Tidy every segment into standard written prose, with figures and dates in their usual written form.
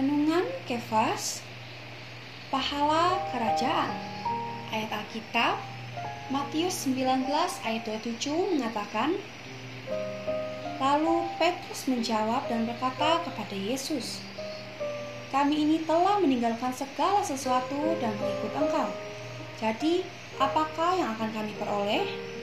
Renungan Kefas, Pahala Kerajaan. Ayat Alkitab Matius 19 ayat 27 mengatakan, lalu Petrus menjawab dan berkata kepada Yesus, kami ini telah meninggalkan segala sesuatu dan mengikut Engkau. Jadi, apakah yang akan kami peroleh?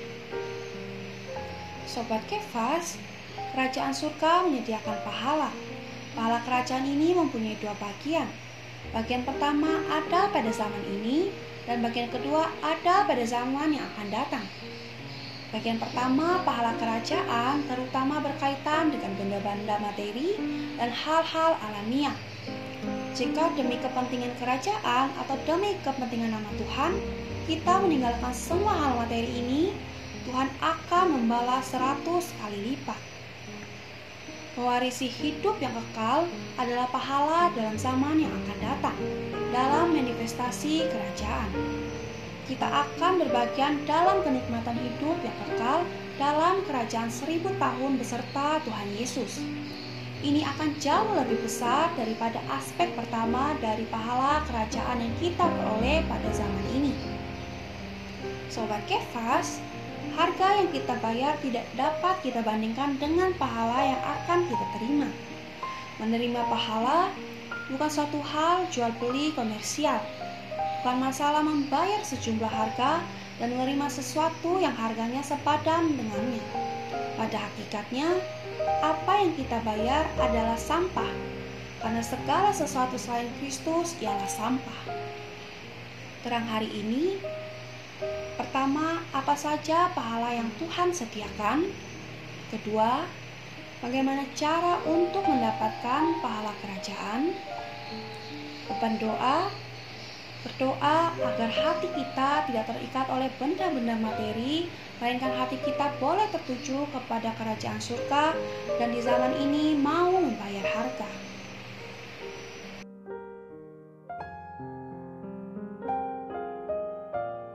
Sobat Kefas, kerajaan surga menyediakan pahala. Pahala kerajaan ini mempunyai dua bagian. Bagian pertama ada pada zaman ini, dan bagian kedua ada pada zaman yang akan datang. Bagian pertama, pahala kerajaan, terutama berkaitan dengan benda-benda materi dan hal-hal alamiah. Jika demi kepentingan kerajaan atau demi kepentingan nama Tuhan, kita meninggalkan semua hal materi ini, Tuhan akan membalas 100 kali lipat. Mewarisi hidup yang kekal adalah pahala dalam zaman yang akan datang, dalam manifestasi kerajaan. Kita akan berbagian dalam kenikmatan hidup yang kekal dalam kerajaan 1000 tahun beserta Tuhan Yesus. Ini akan jauh lebih besar daripada aspek pertama dari pahala kerajaan yang kita peroleh pada zaman ini. Sobat Kefas, harga yang kita bayar tidak dapat kita bandingkan dengan pahala yang akan kita terima. Menerima pahala bukan suatu hal jual beli komersial. Bukan masalah membayar sejumlah harga dan menerima sesuatu yang harganya sepadan dengannya. Pada hakikatnya, apa yang kita bayar adalah sampah, karena segala sesuatu selain Kristus ialah sampah. Terang hari ini, pertama, apa saja pahala yang Tuhan sediakan? Kedua, bagaimana cara untuk mendapatkan pahala kerajaan? Beban doa, berdoa agar hati kita tidak terikat oleh benda-benda materi, melainkan hati kita boleh tertuju kepada kerajaan surga dan di zaman ini mau membayar harga.